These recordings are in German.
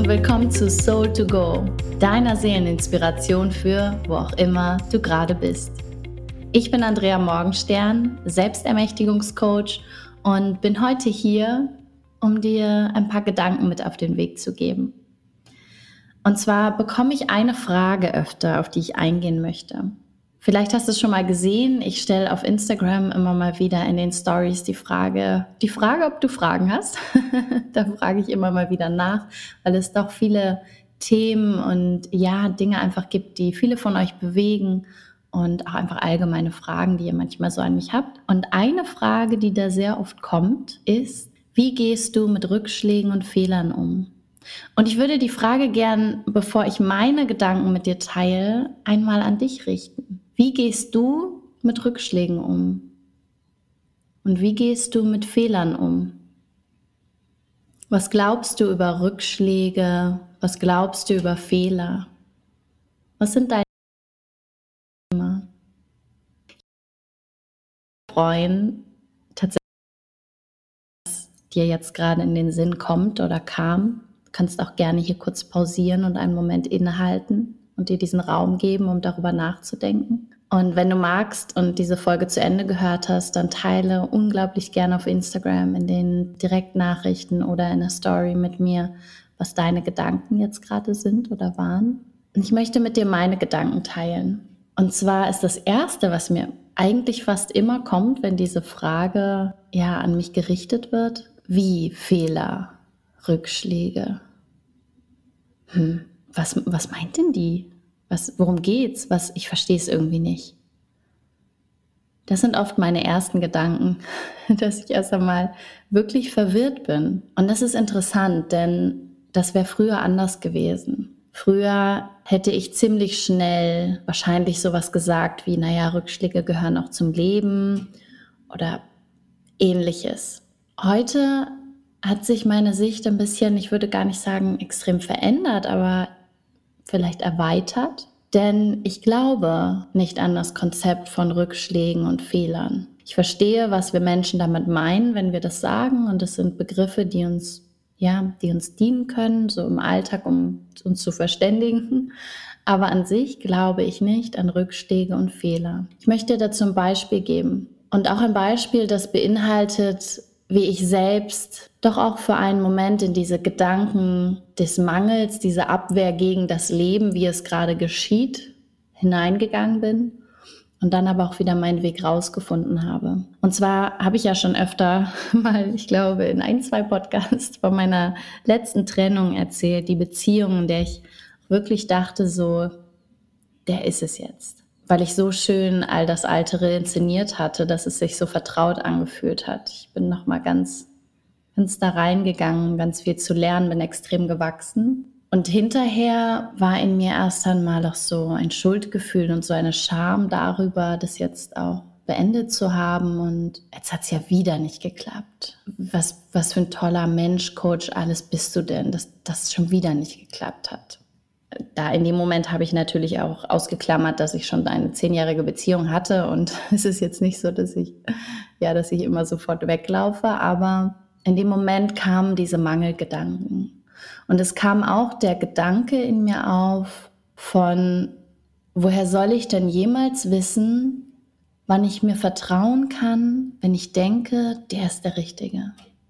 und willkommen zu Soul to Go, deiner Seeleninspiration für wo auch immer du gerade bist. Ich bin Andrea Morgenstern, Selbstermächtigungscoach und bin heute hier, um dir ein paar Gedanken mit auf den Weg zu geben. Und zwar bekomme ich eine Frage öfter, auf die ich eingehen möchte. Vielleicht hast du es schon mal gesehen, ich stelle auf Instagram immer mal wieder in den Stories die Frage, ob du Fragen hast. Da frage ich immer mal wieder nach, weil es doch viele Themen und Dinge einfach gibt, die viele von euch bewegen und auch einfach allgemeine Fragen, die ihr manchmal so an mich habt. Und eine Frage, die da sehr oft kommt, ist: Wie gehst du mit Rückschlägen und Fehlern um? Und ich würde die Frage gern, bevor ich meine Gedanken mit dir teile, einmal an dich richten. Wie gehst du mit Rückschlägen um? Und wie gehst du mit Fehlern um? Was glaubst du über Rückschläge? Was glaubst du über Fehler? Was sind deine Themen? Freuen, tatsächlich, was dir jetzt gerade in den Sinn kommt oder kam. Du kannst auch gerne hier kurz pausieren und einen Moment innehalten und dir diesen Raum geben, um darüber nachzudenken. Und wenn du magst und diese Folge zu Ende gehört hast, dann teile unglaublich gerne auf Instagram in den Direktnachrichten oder in der Story mit mir, was deine Gedanken jetzt gerade sind oder waren. Und ich möchte mit dir meine Gedanken teilen. Und zwar ist das Erste, was mir eigentlich fast immer kommt, wenn diese Frage an mich gerichtet wird: Wie Fehler, Rückschläge? Was meint denn die? Worum geht's? Ich verstehe es irgendwie nicht. Das sind oft meine ersten Gedanken, dass ich erst einmal wirklich verwirrt bin. Und das ist interessant, denn das wäre früher anders gewesen. Früher hätte ich ziemlich schnell wahrscheinlich sowas gesagt wie: Rückschläge gehören auch zum Leben oder Ähnliches. Heute hat sich meine Sicht ein bisschen, ich würde gar nicht sagen extrem verändert, aber vielleicht erweitert. Denn ich glaube nicht an das Konzept von Rückschlägen und Fehlern. Ich verstehe, was wir Menschen damit meinen, wenn wir das sagen. Und es sind Begriffe, die uns dienen können, so im Alltag, um uns zu verständigen. Aber an sich glaube ich nicht an Rückschläge und Fehler. Ich möchte dazu ein Beispiel geben. Und auch ein Beispiel, das beinhaltet, wie ich selbst doch auch für einen Moment in diese Gedanken des Mangels, diese Abwehr gegen das Leben, wie es gerade geschieht, hineingegangen bin und dann aber auch wieder meinen Weg rausgefunden habe. Und zwar habe ich ja schon öfter mal, ich glaube, in 1-2 Podcasts von meiner letzten Trennung erzählt, die Beziehung, in der ich wirklich dachte so, der ist es jetzt. Weil ich so schön all das Alte reinszeniert hatte, dass es sich so vertraut angefühlt hat. Ich bin nochmal ganz da reingegangen, ganz viel zu lernen, bin extrem gewachsen. Und hinterher war in mir erst einmal auch so ein Schuldgefühl und so eine Scham darüber, das jetzt auch beendet zu haben. Und jetzt hat es ja wieder nicht geklappt. Was für ein toller Mensch, Coach, alles bist du denn, dass das schon wieder nicht geklappt hat. Da in dem Moment habe ich natürlich auch ausgeklammert, dass ich schon eine 10-jährige Beziehung hatte. Und es ist jetzt nicht so, dass ich immer sofort weglaufe, aber in dem Moment kamen diese Mangelgedanken. Und es kam auch der Gedanke in mir auf von: Woher soll ich denn jemals wissen, wann ich mir vertrauen kann, wenn ich denke, der ist der Richtige?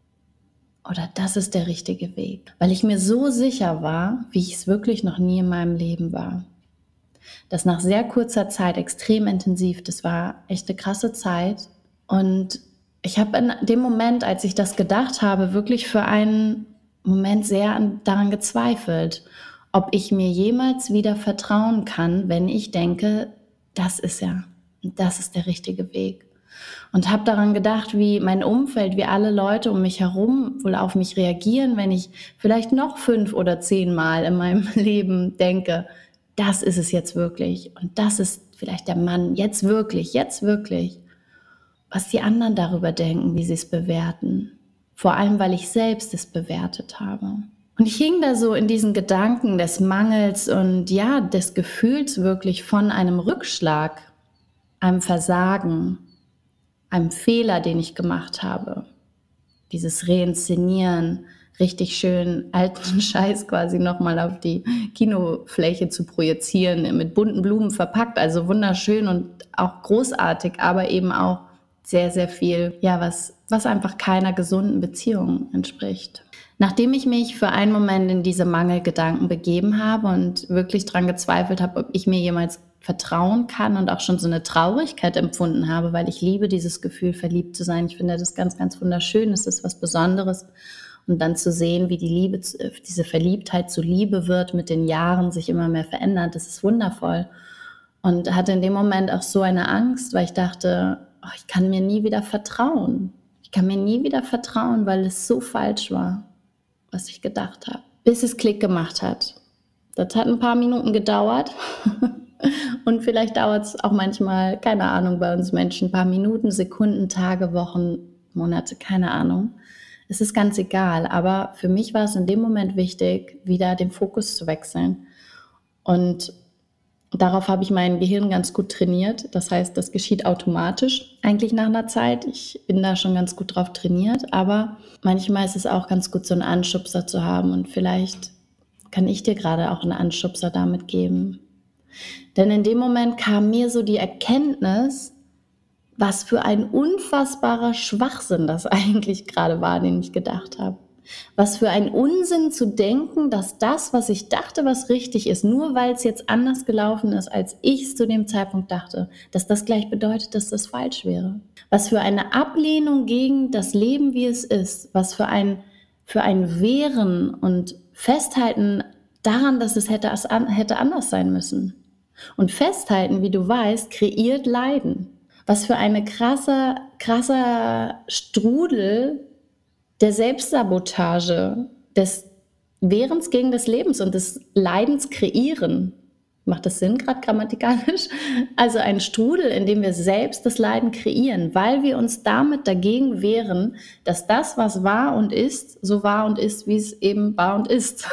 Oder das ist der richtige Weg. Weil ich mir so sicher war, wie ich es wirklich noch nie in meinem Leben war. Das nach sehr kurzer Zeit, extrem intensiv, das war echt eine krasse Zeit. Und ich habe in dem Moment, als ich das gedacht habe, wirklich für einen Moment sehr daran gezweifelt, ob ich mir jemals wieder vertrauen kann, wenn ich denke, das ist der richtige Weg. Und habe daran gedacht, wie mein Umfeld, wie alle Leute um mich herum wohl auf mich reagieren, wenn ich vielleicht noch 5 oder 10 Mal in meinem Leben denke, das ist es jetzt wirklich und das ist vielleicht der Mann, jetzt wirklich. Was die anderen darüber denken, wie sie es bewerten. Vor allem, weil ich selbst es bewertet habe. Und ich hing da so in diesen Gedanken des Mangels und des Gefühls wirklich von einem Rückschlag, einem Versagen, einem Fehler, den ich gemacht habe. Dieses Reinszenieren, richtig schön alten Scheiß quasi nochmal auf die Kinofläche zu projizieren, mit bunten Blumen verpackt, also wunderschön und auch großartig, aber eben auch sehr, sehr viel, ja, was einfach keiner gesunden Beziehung entspricht. Nachdem ich mich für einen Moment in diese Mangelgedanken begeben habe und wirklich dran gezweifelt habe, ob ich mir jemals vertrauen kann und auch schon so eine Traurigkeit empfunden habe, weil ich liebe dieses Gefühl, verliebt zu sein. Ich finde das ganz, ganz wunderschön. Es ist was Besonderes. Und dann zu sehen, wie die Liebe, diese Verliebtheit zu Liebe wird, mit den Jahren sich immer mehr verändert, das ist wundervoll. Und hatte in dem Moment auch so eine Angst, weil ich dachte, oh, ich kann mir nie wieder vertrauen. Ich kann mir nie wieder vertrauen, weil es so falsch war, was ich gedacht habe. Bis es Klick gemacht hat. Das hat ein paar Minuten gedauert. Und vielleicht dauert es auch manchmal, keine Ahnung, bei uns Menschen ein paar Minuten, Sekunden, Tage, Wochen, Monate, keine Ahnung. Es ist ganz egal, aber für mich war es in dem Moment wichtig, wieder den Fokus zu wechseln. Und darauf habe ich mein Gehirn ganz gut trainiert. Das heißt, das geschieht automatisch eigentlich nach einer Zeit. Ich bin da schon ganz gut drauf trainiert, aber manchmal ist es auch ganz gut, so einen Anschubser zu haben. Und vielleicht kann ich dir gerade auch einen Anschubser damit geben. Denn in dem Moment kam mir so die Erkenntnis, was für ein unfassbarer Schwachsinn das eigentlich gerade war, den ich gedacht habe. Was für ein Unsinn zu denken, dass das, was ich dachte, was richtig ist, nur weil es jetzt anders gelaufen ist, als ich es zu dem Zeitpunkt dachte, dass das gleich bedeutet, dass das falsch wäre. Was für eine Ablehnung gegen das Leben, wie es ist. Was für ein Wehren und Festhalten daran, dass es hätte anders sein müssen. Und Festhalten, wie du weißt, kreiert Leiden. Was für eine krasser Strudel der Selbstsabotage, des Wehrens gegen des Lebens und des Leidens kreieren. Macht das Sinn, gerade grammatikalisch? Also ein Strudel, in dem wir selbst das Leiden kreieren, weil wir uns damit dagegen wehren, dass das, was war und ist, so war und ist, wie es eben war und ist.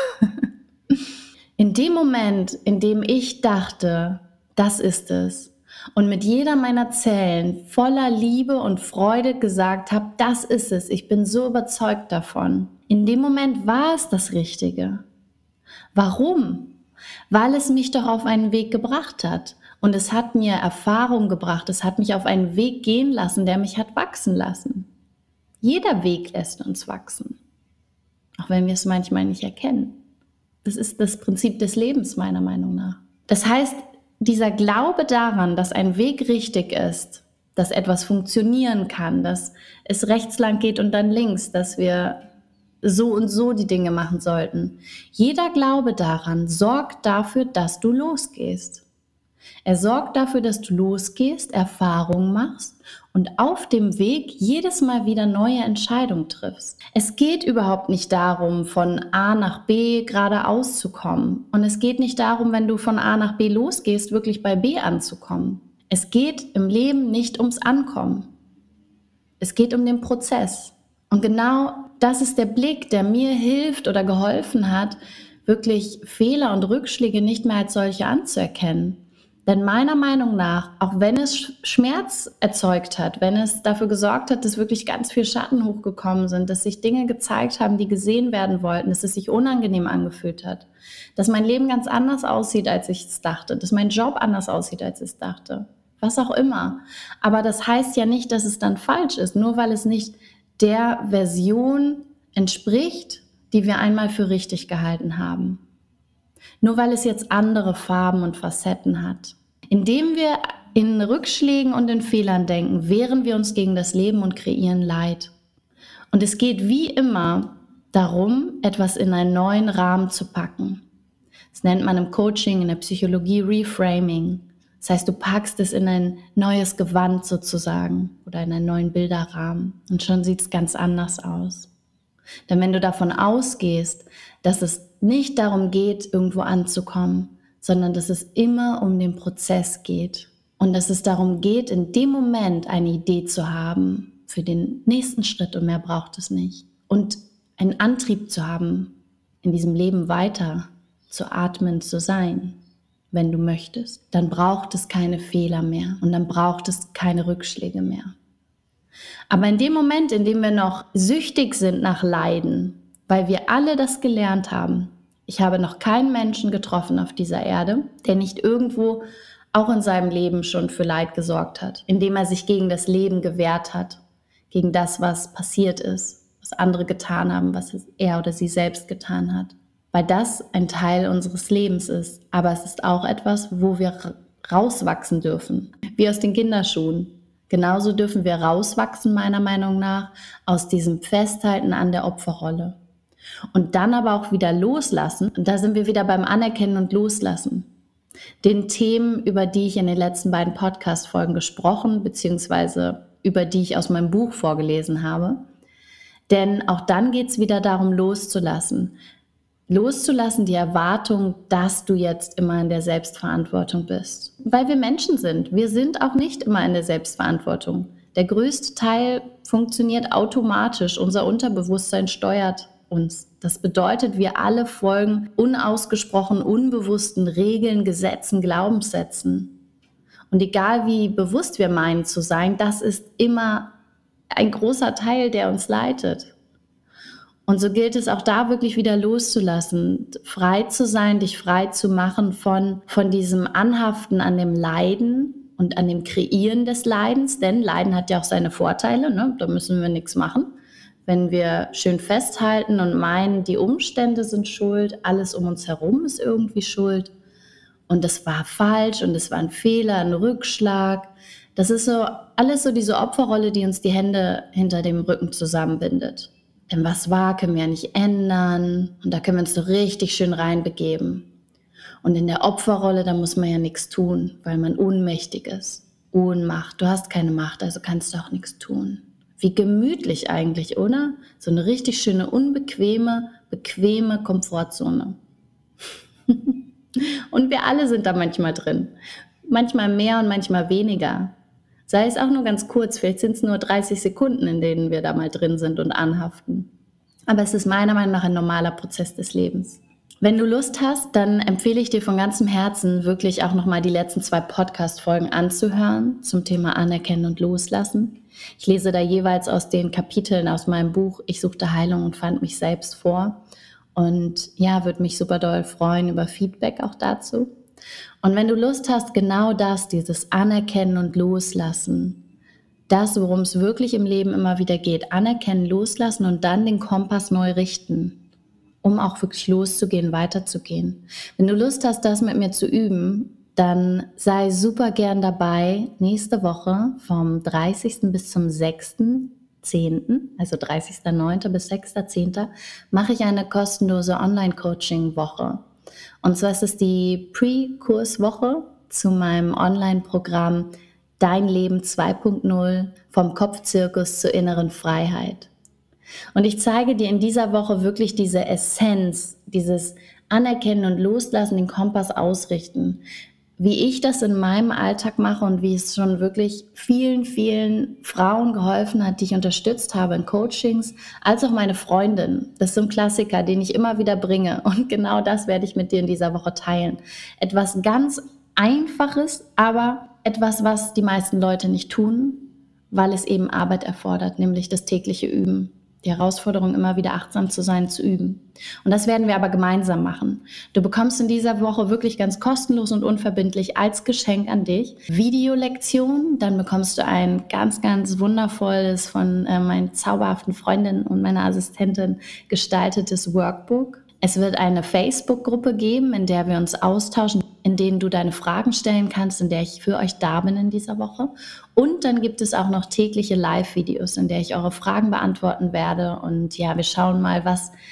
In dem Moment, in dem ich dachte, das ist es, und mit jeder meiner Zellen voller Liebe und Freude gesagt habe, das ist es, ich bin so überzeugt davon. In dem Moment war es das Richtige. Warum? Weil es mich doch auf einen Weg gebracht hat. Und es hat mir Erfahrung gebracht, es hat mich auf einen Weg gehen lassen, der mich hat wachsen lassen. Jeder Weg lässt uns wachsen, auch wenn wir es manchmal nicht erkennen. Das ist das Prinzip des Lebens, meiner Meinung nach. Das heißt, dieser Glaube daran, dass ein Weg richtig ist, dass etwas funktionieren kann, dass es rechts lang geht und dann links, dass wir so und so die Dinge machen sollten. Jeder Glaube daran sorgt dafür, dass du losgehst. Er sorgt dafür, dass du losgehst, Erfahrungen machst und auf dem Weg jedes Mal wieder neue Entscheidungen triffst. Es geht überhaupt nicht darum, von A nach B geradeaus zu kommen. Und es geht nicht darum, wenn du von A nach B losgehst, wirklich bei B anzukommen. Es geht im Leben nicht ums Ankommen. Es geht um den Prozess. Und genau das ist der Blick, der mir hilft oder geholfen hat, wirklich Fehler und Rückschläge nicht mehr als solche anzuerkennen. Denn meiner Meinung nach, auch wenn es Schmerz erzeugt hat, wenn es dafür gesorgt hat, dass wirklich ganz viel Schatten hochgekommen sind, dass sich Dinge gezeigt haben, die gesehen werden wollten, dass es sich unangenehm angefühlt hat, dass mein Leben ganz anders aussieht, als ich es dachte, dass mein Job anders aussieht, als ich es dachte, was auch immer. Aber das heißt ja nicht, dass es dann falsch ist, nur weil es nicht der Version entspricht, die wir einmal für richtig gehalten haben. Nur weil es jetzt andere Farben und Facetten hat. Indem wir in Rückschlägen und in Fehlern denken, wehren wir uns gegen das Leben und kreieren Leid. Und es geht wie immer darum, etwas in einen neuen Rahmen zu packen. Das nennt man im Coaching, in der Psychologie Reframing. Das heißt, du packst es in ein neues Gewand sozusagen oder in einen neuen Bilderrahmen und schon sieht es ganz anders aus. Denn wenn du davon ausgehst, dass es nicht darum geht, irgendwo anzukommen, sondern dass es immer um den Prozess geht und dass es darum geht, in dem Moment eine Idee zu haben für den nächsten Schritt und mehr braucht es nicht. Und einen Antrieb zu haben, in diesem Leben weiter zu atmen, zu sein, wenn du möchtest, dann braucht es keine Fehler mehr und dann braucht es keine Rückschläge mehr. Aber in dem Moment, in dem wir noch süchtig sind nach Leiden, weil wir alle das gelernt haben. Ich habe noch keinen Menschen getroffen auf dieser Erde, der nicht irgendwo auch in seinem Leben schon für Leid gesorgt hat, indem er sich gegen das Leben gewehrt hat, gegen das, was passiert ist, was andere getan haben, was er oder sie selbst getan hat. Weil das ein Teil unseres Lebens ist, aber es ist auch etwas, wo wir rauswachsen dürfen, wie aus den Kinderschuhen. Genauso dürfen wir rauswachsen, meiner Meinung nach, aus diesem Festhalten an der Opferrolle. Und dann aber auch wieder loslassen. Und da sind wir wieder beim Anerkennen und Loslassen. Den Themen, über die ich in den letzten beiden Podcast-Folgen gesprochen, beziehungsweise über die ich aus meinem Buch vorgelesen habe. Denn auch dann geht es wieder darum, loszulassen. Loszulassen die Erwartung, dass du jetzt immer in der Selbstverantwortung bist. Weil wir Menschen sind. Wir sind auch nicht immer in der Selbstverantwortung. Der größte Teil funktioniert automatisch. Unser Unterbewusstsein steuert uns. Das bedeutet, wir alle folgen unausgesprochen unbewussten Regeln, Gesetzen, Glaubenssätzen. Und egal wie bewusst wir meinen zu sein, das ist immer ein großer Teil, der uns leitet. Und so gilt es auch da wirklich wieder loszulassen, frei zu sein, dich frei zu machen von diesem Anhaften an dem Leiden und an dem Kreieren des Leidens, denn Leiden hat ja auch seine Vorteile, ne? Da müssen wir nichts machen. Wenn wir schön festhalten und meinen, die Umstände sind schuld, alles um uns herum ist irgendwie schuld und das war falsch und es war ein Fehler, ein Rückschlag. Das ist so alles so diese Opferrolle, die uns die Hände hinter dem Rücken zusammenbindet. Denn was war, können wir ja nicht ändern und da können wir uns so richtig schön reinbegeben. Und in der Opferrolle, da muss man ja nichts tun, weil man ohnmächtig ist. Ohnmacht, du hast keine Macht, also kannst du auch nichts tun. Wie gemütlich eigentlich, oder? So eine richtig schöne, unbequeme, bequeme Komfortzone. Und wir alle sind da manchmal drin. Manchmal mehr und manchmal weniger. Sei es auch nur ganz kurz, vielleicht sind es nur 30 Sekunden, in denen wir da mal drin sind und anhaften. Aber es ist meiner Meinung nach ein normaler Prozess des Lebens. Wenn du Lust hast, dann empfehle ich dir von ganzem Herzen, wirklich auch nochmal die letzten 2 Podcast-Folgen anzuhören zum Thema Anerkennen und Loslassen. Ich lese da jeweils aus den Kapiteln aus meinem Buch Ich suchte Heilung und fand mich selbst vor. Und ja, würde mich super doll freuen über Feedback auch dazu. Und wenn du Lust hast, genau das, dieses Anerkennen und Loslassen, das, worum es wirklich im Leben immer wieder geht, anerkennen, loslassen und dann den Kompass neu richten, um auch wirklich loszugehen, weiterzugehen. Wenn du Lust hast, das mit mir zu üben, dann sei super gern dabei. Nächste Woche vom 30. bis zum 6.10., also 30.09. bis 6.10., mache ich eine kostenlose Online-Coaching-Woche. Und zwar ist es die Pre-Kurswoche zu meinem Online-Programm Dein Leben 2.0 vom Kopfzirkus zur inneren Freiheit. Und ich zeige dir in dieser Woche wirklich diese Essenz, dieses Anerkennen und Loslassen, den Kompass ausrichten, wie ich das in meinem Alltag mache und wie es schon wirklich vielen, vielen Frauen geholfen hat, die ich unterstützt habe in Coachings, als auch meine Freundin. Das ist so ein Klassiker, den ich immer wieder bringe. Und genau das werde ich mit dir in dieser Woche teilen. Etwas ganz Einfaches, aber etwas, was die meisten Leute nicht tun, weil es eben Arbeit erfordert, nämlich das tägliche Üben. Die Herausforderung, immer wieder achtsam zu sein, zu üben. Und das werden wir aber gemeinsam machen. Du bekommst in dieser Woche wirklich ganz kostenlos und unverbindlich als Geschenk an dich Videolektionen. Dann bekommst du ein ganz, ganz wundervolles von meinen zauberhaften Freundinnen und meiner Assistentin gestaltetes Workbook. Es wird eine Facebook-Gruppe geben, in der wir uns austauschen, in denen du deine Fragen stellen kannst, in der ich für euch da bin in dieser Woche. Und dann gibt es auch noch tägliche Live-Videos, in der ich eure Fragen beantworten werde. Und ja, wir schauen mal,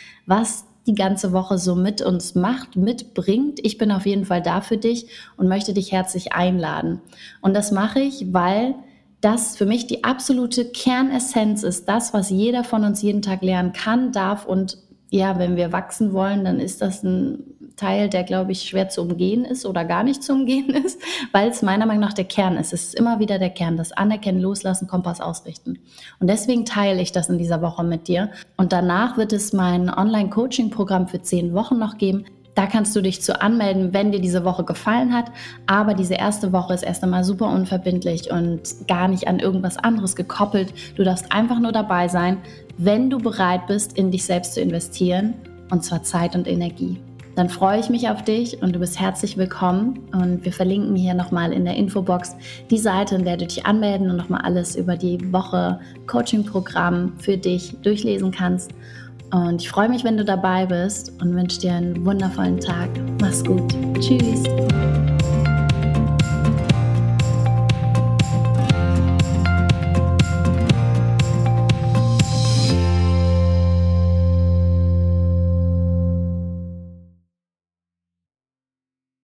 was die ganze Woche so mit uns macht, mitbringt. Ich bin auf jeden Fall da für dich und möchte dich herzlich einladen. Und das mache ich, weil das für mich die absolute Kernessenz ist, das, was jeder von uns jeden Tag lernen kann, darf und ja, wenn wir wachsen wollen, dann ist das ein Teil, der, glaube ich, schwer zu umgehen ist oder gar nicht zu umgehen ist, weil es meiner Meinung nach der Kern ist. Es ist immer wieder der Kern, das Anerkennen, Loslassen, Kompass ausrichten. Und deswegen teile ich das in dieser Woche mit dir. Und danach wird es mein Online-Coaching-Programm für 10 Wochen noch geben. Da kannst du dich zu anmelden, wenn dir diese Woche gefallen hat. Aber diese erste Woche ist erst einmal super unverbindlich und gar nicht an irgendwas anderes gekoppelt. Du darfst einfach nur dabei sein, wenn du bereit bist, in dich selbst zu investieren, und zwar Zeit und Energie. Dann freue ich mich auf dich und du bist herzlich willkommen. Und wir verlinken hier nochmal in der Infobox die Seite, in der du dich anmelden und nochmal alles über die Woche Coaching-Programm für dich durchlesen kannst. Und ich freue mich, wenn du dabei bist und wünsche dir einen wundervollen Tag. Mach's gut. Tschüss.